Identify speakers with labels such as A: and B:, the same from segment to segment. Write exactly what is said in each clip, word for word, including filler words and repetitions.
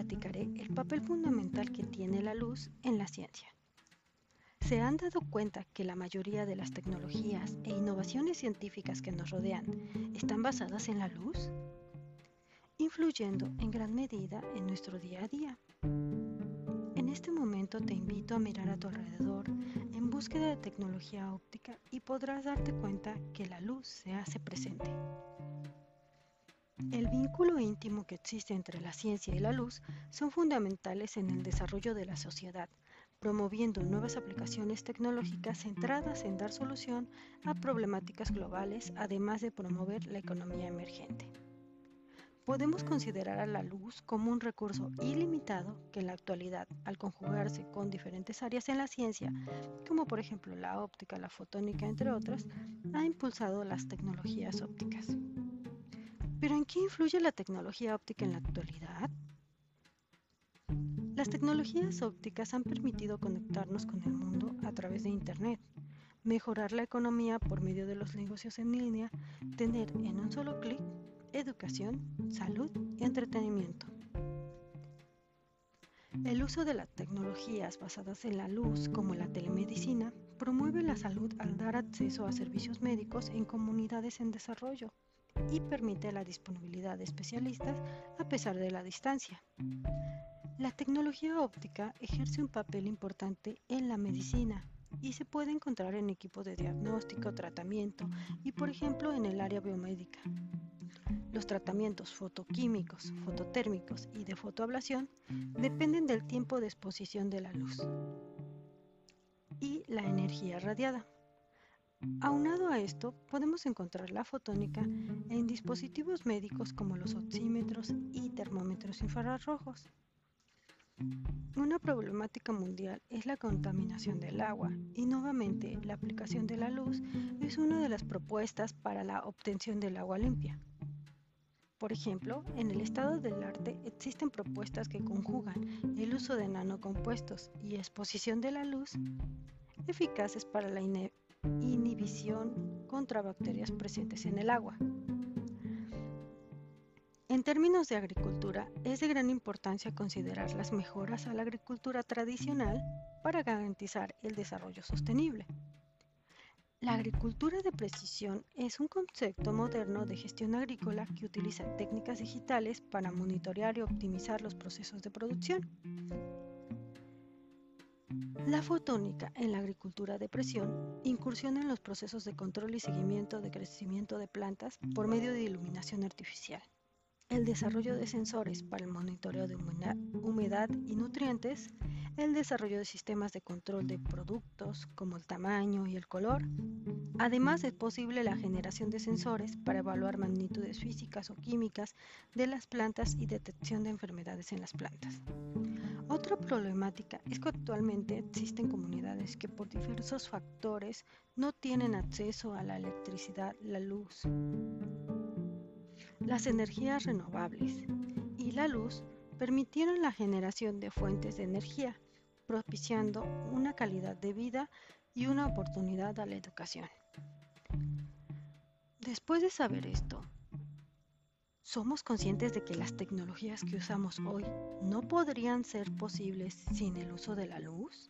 A: platicaré el papel fundamental que tiene la luz en la ciencia. ¿Se han dado cuenta que la mayoría de las tecnologías e innovaciones científicas que nos rodean están basadas en la luz? Influyendo en gran medida en nuestro día a día. En este momento te invito a mirar a tu alrededor en búsqueda de tecnología óptica y podrás darte cuenta que la luz se hace presente. El vínculo íntimo que existe entre la ciencia y la luz son fundamentales en el desarrollo de la sociedad, promoviendo nuevas aplicaciones tecnológicas centradas en dar solución a problemáticas globales, además de promover la economía emergente. Podemos considerar a la luz como un recurso ilimitado que en la actualidad, al conjugarse con diferentes áreas en la ciencia, como por ejemplo la óptica, la fotónica, entre otras, ha impulsado las tecnologías ópticas. ¿Pero en qué influye la tecnología óptica en la actualidad? Las tecnologías ópticas han permitido conectarnos con el mundo a través de Internet, mejorar la economía por medio de los negocios en línea, tener en un solo clic educación, salud y entretenimiento. El uso de las tecnologías basadas en la luz, como la telemedicina, promueve la salud al dar acceso a servicios médicos en comunidades en desarrollo y permite la disponibilidad de especialistas a pesar de la distancia. La tecnología óptica ejerce un papel importante en la medicina y se puede encontrar en equipos de diagnóstico, tratamiento y, por ejemplo, en el área biomédica. Los tratamientos fotoquímicos, fototérmicos y de fotoablación dependen del tiempo de exposición de la luz y la energía radiada. Aunado a esto, podemos encontrar la fotónica en dispositivos médicos como los oxímetros y termómetros infrarrojos. Una problemática mundial es la contaminación del agua y nuevamente la aplicación de la luz es una de las propuestas para la obtención del agua limpia. Por ejemplo, en el estado del arte existen propuestas que conjugan el uso de nanocompuestos y exposición de la luz eficaces para la inhibición contra bacterias presentes en el agua. En términos de agricultura, es de gran importancia considerar las mejoras a la agricultura tradicional para garantizar el desarrollo sostenible. La agricultura de precisión es un concepto moderno de gestión agrícola que utiliza técnicas digitales para monitorear y optimizar los procesos de producción. La fotónica en la agricultura de precisión incursiona en los procesos de control y seguimiento de crecimiento de plantas por medio de iluminación artificial. El desarrollo de sensores para el monitoreo de humedad y nutrientes, el desarrollo de sistemas de control de productos como el tamaño y el color. Además, es posible la generación de sensores para evaluar magnitudes físicas o químicas de las plantas y detección de enfermedades en las plantas. Otra problemática es que actualmente existen comunidades que por diversos factores no tienen acceso a la electricidad, la luz, las energías renovables y la luz permitieron la generación de fuentes de energía, propiciando una calidad de vida y una oportunidad a la educación. Después de saber esto, ¿somos conscientes de que las tecnologías que usamos hoy no podrían ser posibles sin el uso de la luz?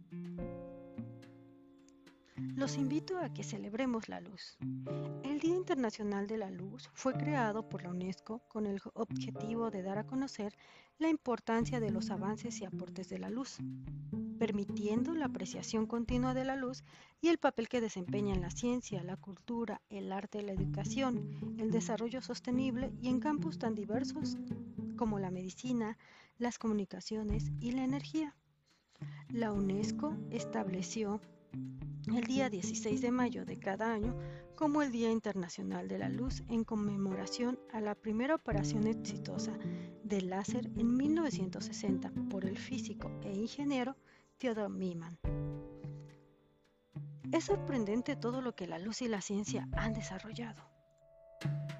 A: Los invito a que celebremos la luz. El Día Internacional de la Luz fue creado por la UNESCO con el objetivo de dar a conocer la importancia de los avances y aportes de la luz, permitiendo la apreciación continua de la luz y el papel que desempeña en la ciencia, la cultura, el arte, la educación, el desarrollo sostenible y en campos tan diversos como la medicina, las comunicaciones y la energía. La UNESCO estableció el día dieciséis de mayo de cada año como el Día Internacional de la Luz en conmemoración a la primera operación exitosa del láser en mil novecientos sesenta por el físico e ingeniero Theodor Miemann. Es sorprendente todo lo que la luz y la ciencia han desarrollado.